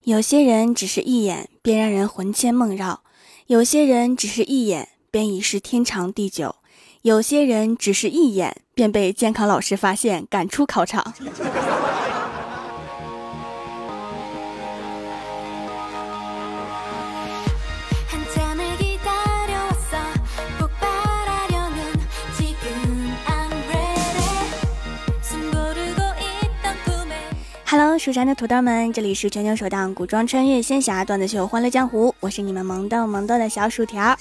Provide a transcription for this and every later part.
有些人只是一眼便让人魂牵梦绕，有些人只是一眼便已是天长地久，有些人只是一眼便被监考老师发现赶出考场。Hello， 蜀山的土豆们，这里是全球首档古装穿越仙侠段子秀《欢乐江湖》，我是你们萌豆萌豆的小薯条。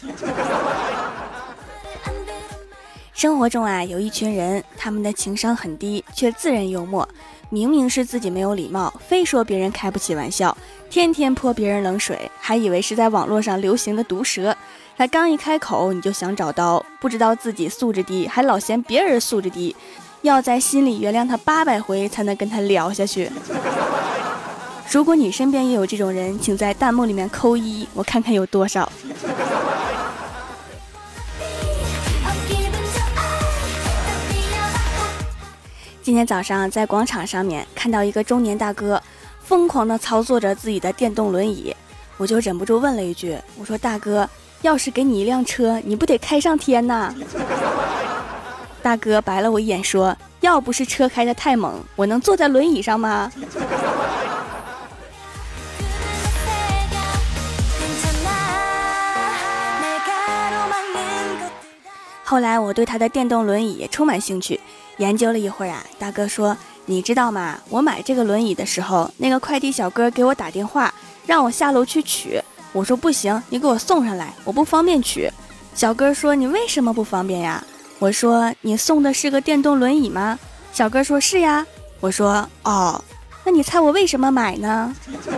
生活中啊，有一群人，他们的情商很低，却自认幽默。明明是自己没有礼貌，非说别人开不起玩笑，天天泼别人冷水，还以为是在网络上流行的毒舌。他刚一开口，你就想找刀，不知道自己素质低，还老嫌别人素质低。要在心里原谅他800回才能跟他聊下去。如果你身边也有这种人，请在弹幕里面扣1，我看看有多少。今天早上在广场上面看到一个中年大哥疯狂地操作着自己的电动轮椅，我就忍不住问了一句，我说大哥，要是给你一辆车，你不得开上天呐？大哥白了我一眼说，要不是车开得太猛，我能坐在轮椅上吗？后来我对他的电动轮椅充满兴趣，研究了一会儿啊，大哥说，你知道吗，我买这个轮椅的时候，那个快递小哥给我打电话让我下楼去取，我说不行，你给我送上来，我不方便取。小哥说，你为什么不方便呀？我说，你送的是个电动轮椅吗？小哥说，是呀。我说，哦，那你猜我为什么买呢？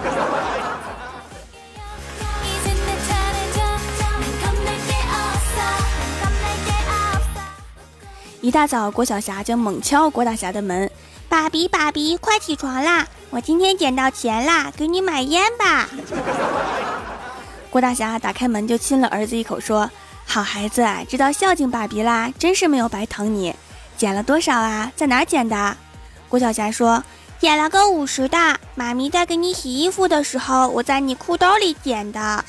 一大早，郭晓霞就猛敲郭大侠的门，爸比爸比，快起床啦，我今天捡到钱啦，给你买烟吧。郭大侠打开门就亲了儿子一口，说，好孩子，知道孝敬爸比啦，真是没有白疼你。捡了多少啊？在哪儿捡的？郭晓霞说，捡了个50的，妈咪在给你洗衣服的时候，我在你裤兜里捡的。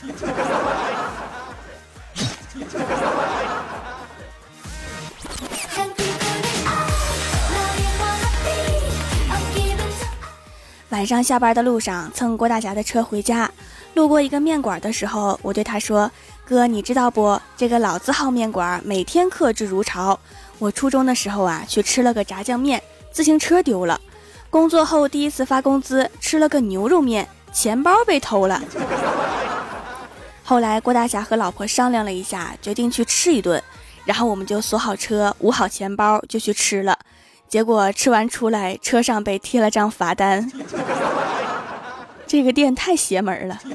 晚上下班的路上蹭郭大侠的车回家，路过一个面馆的时候，我对他说，哥，你知道不，这个老字号面馆每天客至如潮，我初中的时候啊去吃了个炸酱面，自行车丢了，工作后第一次发工资吃了个牛肉面，钱包被偷了。后来郭大侠和老婆商量了一下，决定去吃一顿，然后我们就锁好车，捂好钱包就去吃了，结果吃完出来，车上被贴了张罚单。这个店太邪门了。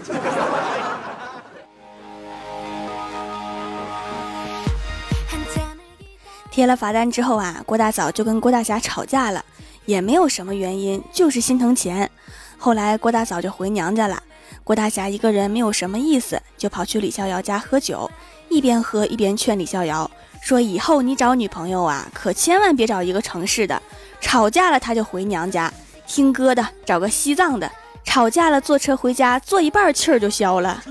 贴了罚单之后啊，郭大嫂就跟郭大侠吵架了，也没有什么原因，就是心疼钱。后来郭大嫂就回娘家了，郭大侠一个人没有什么意思，就跑去李逍遥家喝酒，一边喝一边劝李逍遥说，以后你找女朋友啊，可千万别找一个城市的，吵架了他就回娘家，听歌的找个西藏的，吵架了坐车回家，坐一半气儿就消了。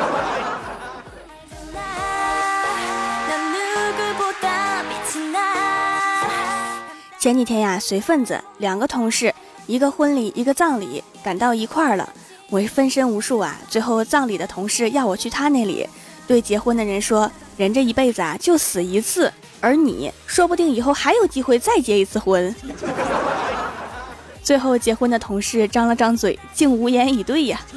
前几天呀，随份子2个同事，一个婚礼一个葬礼，赶到一块儿了。我分身无数啊，最后葬礼的同事要我去他那里，对结婚的人说，人这一辈子啊就死一次，而你说不定以后还有机会再结一次婚。最后结婚的同事张了张嘴，竟无言以对呀。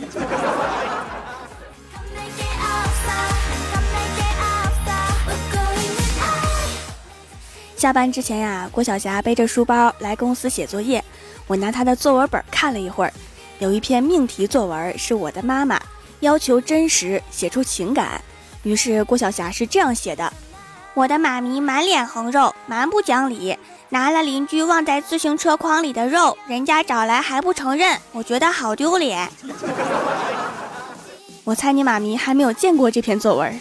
下班之前呀，郭晓霞背着书包来公司写作业，我拿她的作文本看了一会儿，有一篇命题作文是我的妈妈，要求真实，写出情感。于是郭晓霞是这样写的，我的妈咪满脸横肉，蛮不讲理，拿了邻居忘在自行车筐里的肉，人家找来还不承认，我觉得好丢脸。我猜你妈咪还没有见过这篇作文。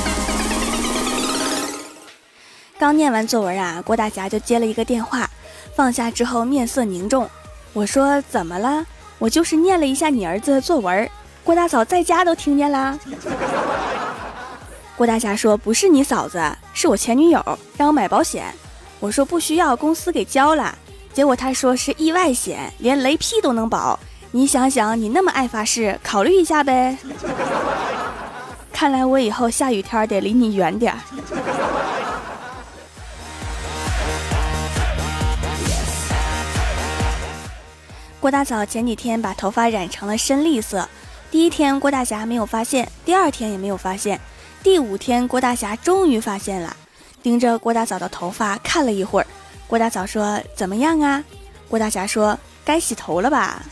刚念完作文啊，郭大侠就接了一个电话， 放下之后面色凝重。我说怎么了？我就是念了一下你儿子的作文，郭大嫂在家都听见啦。郭大侠说不是你嫂子，是我前女友，让我买保险。我说不需要，公司给交了。结果他说是意外险，连雷劈都能保。你想想，你那么爱发誓，考虑一下呗。看来我以后下雨天得离你远点。郭大嫂前几天把头发染成了深绿色，第一天郭大侠没有发现，第二天也没有发现，第5天郭大侠终于发现了，盯着郭大嫂的头发看了一会儿。郭大嫂说怎么样啊？郭大侠说该洗头了吧。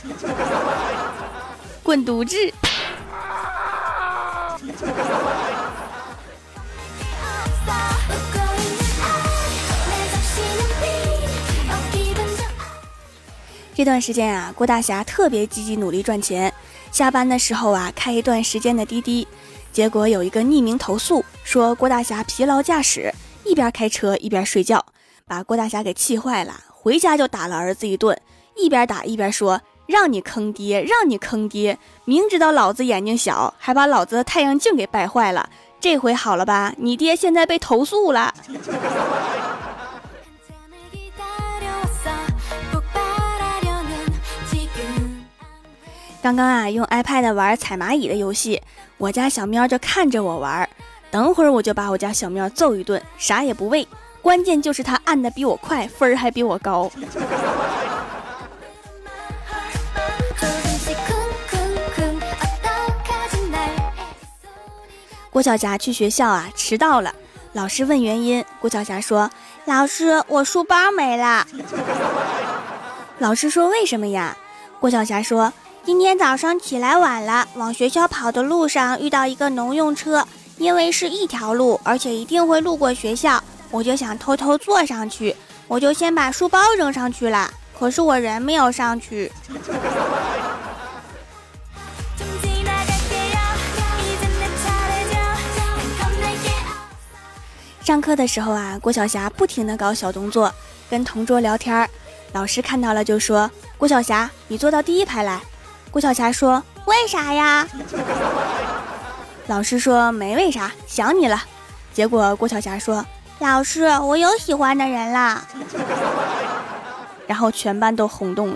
滚犊子。这段时间啊，郭大侠特别积极努力赚钱，下班的时候啊开一段时间的滴滴，结果有一个匿名投诉说郭大侠疲劳驾驶，一边开车一边睡觉，把郭大侠给气坏了，回家就打了儿子一顿，一边打一边说让你坑爹，让你坑爹，明知道老子眼睛小，还把老子的太阳镜给败坏了，这回好了吧，你爹现在被投诉了。刚刚啊用 iPad 玩踩蚂蚁的游戏，我家小喵就看着我玩，等会儿我就把我家小喵揍一顿，啥也不喂，关键就是他按的比我快，分儿还比我高。郭晓霞去学校啊迟到了，老师问原因，郭晓霞说老师我书包没了。老师说为什么呀？郭晓霞说今天早上起来晚了，往学校跑的路上遇到一个农用车，因为是一条路，而且一定会路过学校，我就想偷偷坐上去，我就先把书包扔上去了，可是我人没有上去。上课的时候啊，郭晓霞不停地搞小动作，跟同桌聊天，老师看到了就说郭晓霞你坐到第1排来。郭晓霞说为啥呀？老师说没为啥，想你了。结果郭晓霞说老师我有喜欢的人啦。然后全班都轰动了。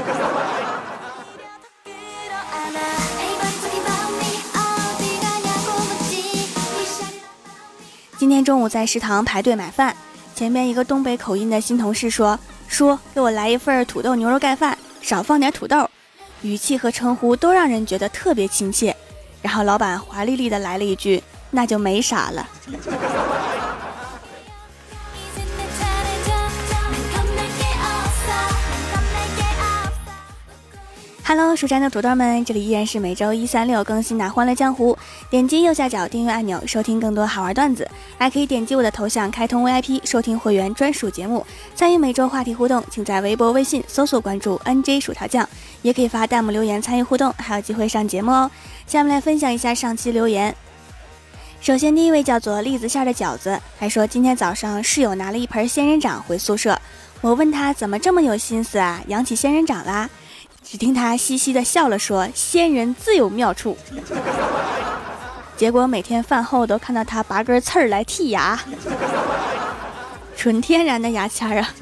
今天中午在食堂排队买饭，前面一个东北口音的新同事说叔给我来一份土豆牛肉盖饭，少放点土豆，语气和称呼都让人觉得特别亲切。然后老板华丽丽的来了一句那就没啥了。Hello， 蜀山的土豆们，这里依然是每周1、3、6更新的《欢乐江湖》。点击右下角订阅按钮，收听更多好玩段子，还可以点击我的头像开通 VIP， 收听会员专属节目，参与每周话题互动。请在微博、微信搜索关注 NJ 薯条酱，也可以发弹幕留言参与互动，还有机会上节目哦。下面来分享一下上期留言。首先第一位叫做栗子馅的饺子，还说今天早上室友拿了一盆仙人掌回宿舍，我问他怎么这么有心思啊，养起仙人掌啦？只听他嘻嘻的笑了说仙人自有妙处。结果每天饭后都看到他拔根刺儿来剔牙，纯天然的牙签啊。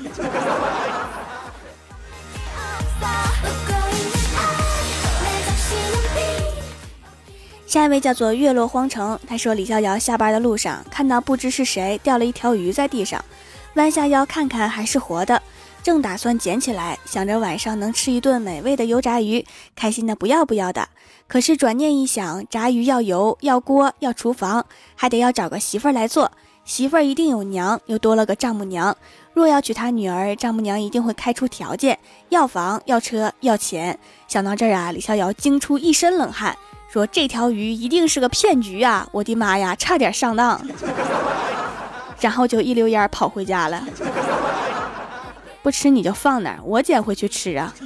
下一位叫做月落荒城，他说李逍遥下班的路上看到不知是谁掉了一条鱼在地上，弯下腰看看还是活的，正打算捡起来，想着晚上能吃一顿美味的油炸鱼，开心的不要不要的。可是转念一想，炸鱼要油，要锅，要厨房，还得要找个媳妇儿来做，媳妇儿一定有娘，又多了个丈母娘。若要娶她女儿，丈母娘一定会开出条件，要房，要车，要钱。想到这儿啊，李逍遥惊出一身冷汗，说这条鱼一定是个骗局啊！我的妈呀，差点上当。然后就一溜烟跑回家了。不吃你就放那儿，我捡回去吃啊。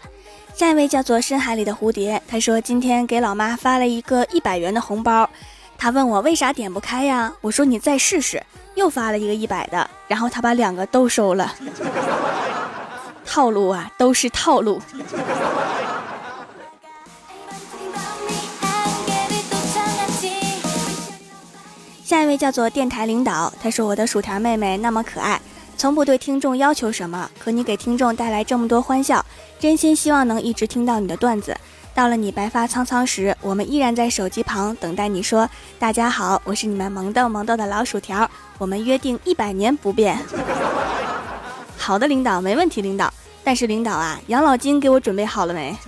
下一位叫做深海里的蝴蝶，他说今天给老妈发了一个100元的红包， 他问我为啥点不开呀？我说你再试试，又发了一个100的，然后他把2个都收了。套路啊，都是套路。下一位叫做电台领导，他说我的薯条妹妹那么可爱，从不对听众要求什么，可你给听众带来这么多欢笑，真心希望能一直听到你的段子。到了你白发苍苍时，我们依然在手机旁等待你说大家好，我是你们萌豆萌豆的老薯条，我们约定100年不变。好的领导，没问题领导，但是领导啊，养老金给我准备好了没？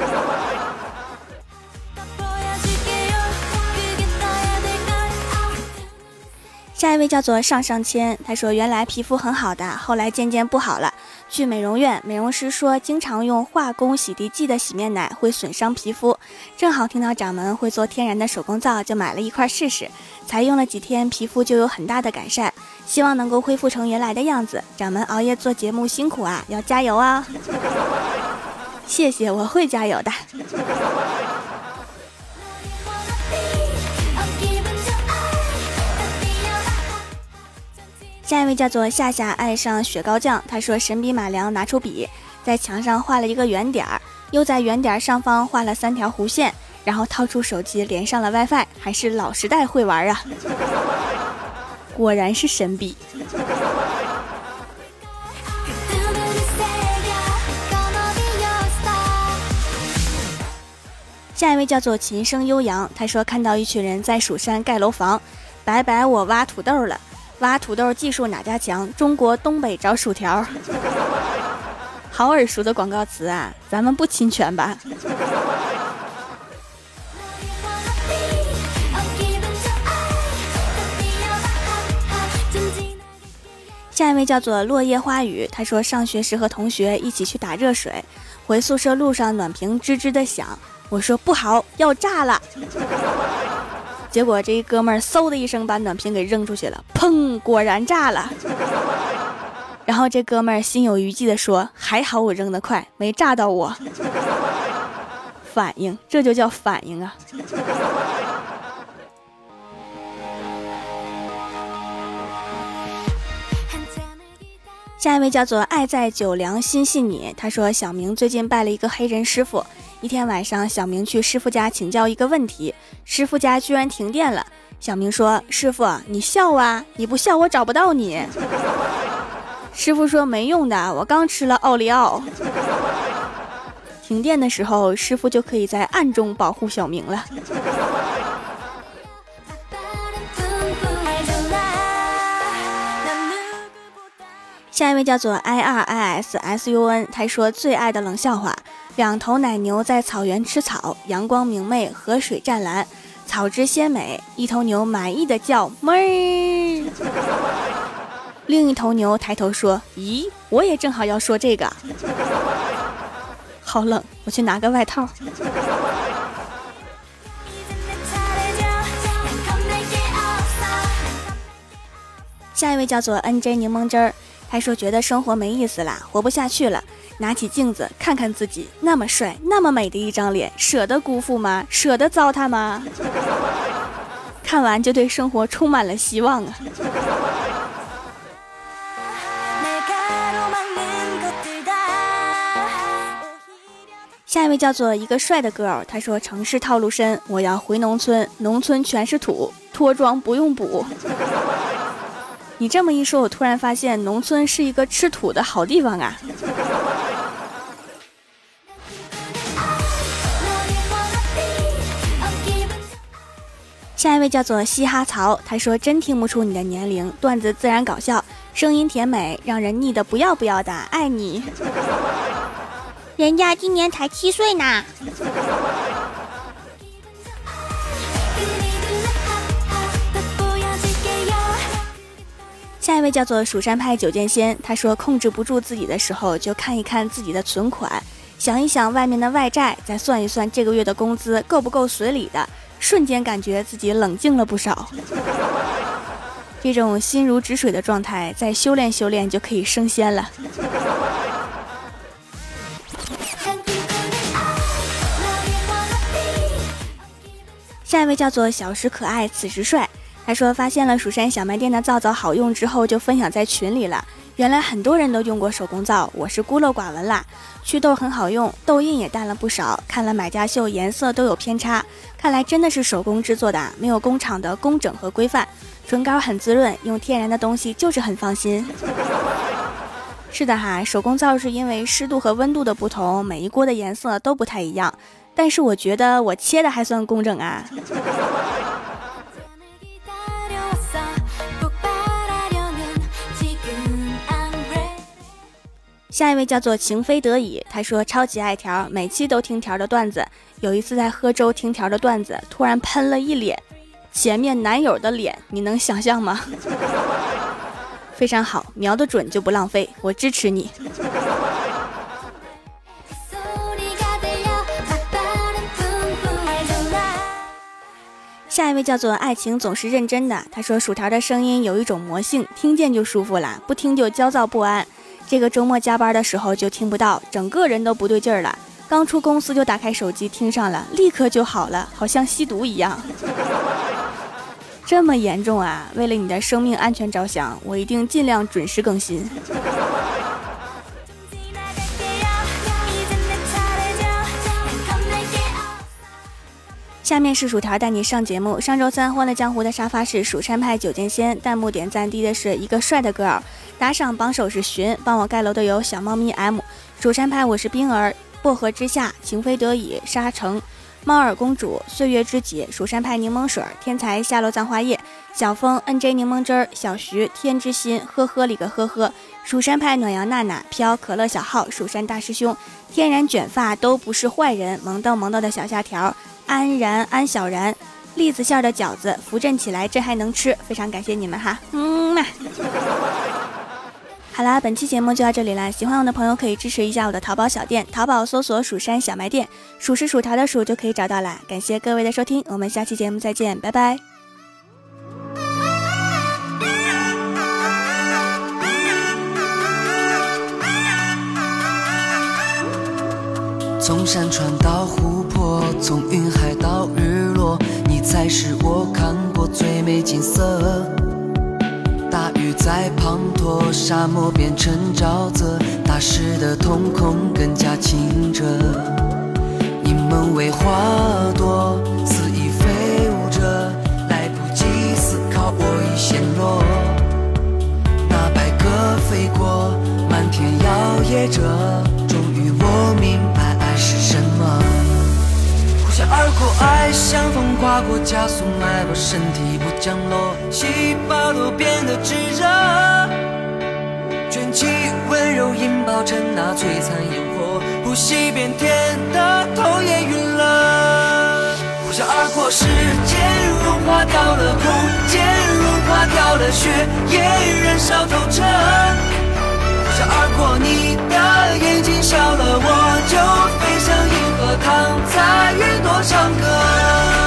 下一位叫做上上签，他说原来皮肤很好的，后来渐渐不好了，去美容院，美容师说经常用化工洗涤剂的洗面奶会损伤皮肤，正好听到掌门会做天然的手工皂，就买了一块试试，才用了几天，皮肤就有很大的改善，希望能够恢复成原来的样子。掌门熬夜做节目辛苦啊，要加油啊！谢谢，我会加油的。下一位叫做夏夏爱上雪糕酱，他说神笔马良拿出笔，在墙上画了一个圆点儿，又在圆点上方画了3条弧线，然后掏出手机连上了 WiFi， 还是老时代会玩啊！果然是神笔。下一位叫做琴声悠扬，他说看到一群人在蜀山盖楼房，拜拜我挖土豆了，挖土豆技术哪家强？中国东北找薯条。好耳熟的广告词啊，咱们不侵权吧？下一位叫做落叶花语，他说上学时和同学一起去打热水，回宿舍路上暖瓶吱吱的响，我说不好，要炸了。结果这一哥们儿嗖的一声把暖瓶给扔出去了，砰，果然炸了。然后这哥们儿心有余悸的说，还好我扔得快，没炸到我。反应，这就叫反应啊。下一位叫做爱在酒凉心系你，他说小明最近拜了一个黑人师傅，一天晚上小明去师傅家请教一个问题，师傅家居然停电了，小明说师傅你笑啊，你不笑我找不到你。师傅说没用的，我刚吃了奥利奥。停电的时候师傅就可以在暗中保护小明了。下一位叫做 IRISSUN， 他说最爱的冷笑话，两头奶牛在草原吃草，阳光明媚，河水湛蓝，草质鲜美，一头牛满意的叫妹儿，另一头牛抬头说咦，我也正好要说这个。好冷，我去拿个外套。下一位叫做 NJ 柠檬汁儿，他说觉得生活没意思啦，活不下去了，拿起镜子看看自己，那么帅那么美的一张脸，舍得辜负吗？舍得糟蹋吗？看完就对生活充满了希望啊。下一位叫做一个帅的 girl， 他说城市套路深，我要回农村，农村全是土，脱妆不用补。你这么一说，我突然发现农村是一个吃土的好地方啊。下一位叫做嘻哈曹，他说真听不出你的年龄，段子自然搞笑，声音甜美，让人腻得不要不要的，爱你。人家今年才7岁呢。下一位叫做蜀山派九剑仙，他说控制不住自己的时候，就看一看自己的存款，想一想外面的外债，再算一算这个月的工资够不够随礼的，瞬间感觉自己冷静了不少。这种心如止水的状态，再修炼修炼就可以升仙了。 下一位叫做小时可爱此时帅，他说发现了蜀山小卖店的皂皂好用之后就分享在群里了，原来很多人都用过手工皂，我是孤陋寡闻啦。祛痘很好用，痘印也淡了不少，看了买家秀颜色都有偏差，看来真的是手工制作的，没有工厂的工整和规范。唇膏很滋润，用天然的东西就是很放心。是的哈，手工皂是因为湿度和温度的不同，每一锅的颜色都不太一样，但是我觉得我切的还算工整啊。下一位叫做情非得已，他说超级爱条，每期都听条的段子，有一次在喝粥听条的段子，突然喷了一脸前面男友的脸，你能想象吗？非常好，瞄得准就不浪费，我支持你。下一位叫做爱情总是认真的，他说薯条的声音有一种魔性，听见就舒服啦，不听就焦躁不安。这个周末加班的时候就听不到，整个人都不对劲儿了。刚出公司就打开手机听上了，立刻就好了，好像吸毒一样。这么严重啊！为了你的生命安全着想，我一定尽量准时更新。下面是薯条带你上节目。上周三欢乐江湖的沙发是蜀山派九剑仙，弹幕点赞低的是一个帅的 girl， 打赏榜首是寻，帮我盖楼的有小猫咪 M， 蜀山派我是冰儿，薄荷之下，情非得已，沙城，猫耳公主，岁月之己，蜀山派柠檬水，天才下落葬花叶，小风 NJ 柠檬汁儿，小徐天之心，呵呵里个呵呵，蜀山派暖阳娜娜，飘可乐小号，蜀山大师兄，天然卷发都不是坏人，萌豆萌豆的小虾条，安然安小然，栗子馅的饺子，扶正起来，这还能吃，非常感谢你们哈，好啦，本期节目就到这里啦，喜欢我的朋友可以支持一下我的淘宝小店，淘宝搜索蜀山小卖店，蜀是薯条的蜀就可以找到啦。感谢各位的收听，我们下期节目再见，拜拜。 从山川到湖泊，从云海到日落，你才是我看过最美景色。大雨在滂沱，沙漠变成沼泽，大势的瞳孔更加清澈。你们为花朵肆意飞舞着，来不及思考我已陷落。那白鸽飞过，满天摇曳着，终于我明白爱是什么。呼啸而过，爱像风划过，加速脉搏，身体不降落，细胞都变得炙热，卷起温柔引爆成那璀璨烟火，呼吸变甜的头也晕了。呼啸而过，时间融化掉了空间，融化掉了血液，燃烧透彻。呼啸而过，你的眼睛笑了，我就飞向银河，躺在云朵唱歌。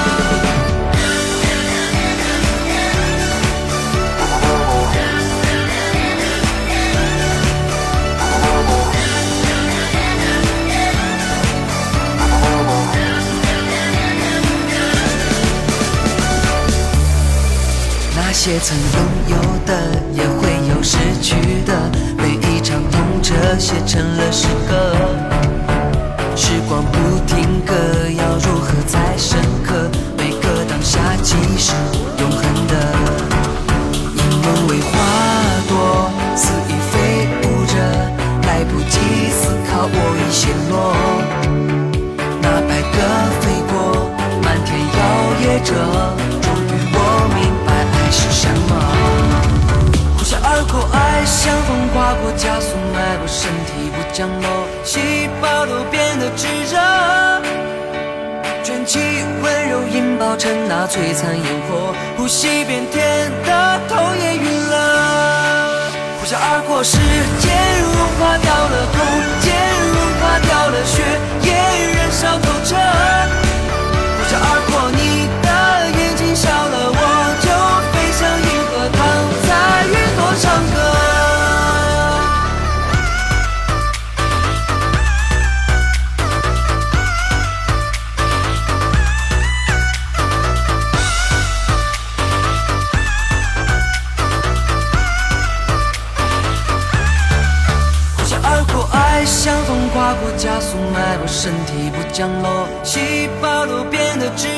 那些曾拥有的也会有失去的，每一场痛这写成了诗歌。时光不停格，要如何才深刻？每个当下即是永恒的。你们为花朵肆意飞舞着，来不及思考我已陷落。那白鸽飞过，满天摇曳着，终于我明白爱是什么。呼啸而过，爱像风划过，加速脉搏，身体不降落，细胞都变得炙热，卷起温柔引爆成那璀璨烟火，呼吸变甜的头也晕了。呼啸而过，时间融化掉了空间，融化掉了血液，燃烧透彻。呼啸而过，你的眼睛笑了，我就飞向银河，躺在云朵唱歌。 降落，细胞都变得直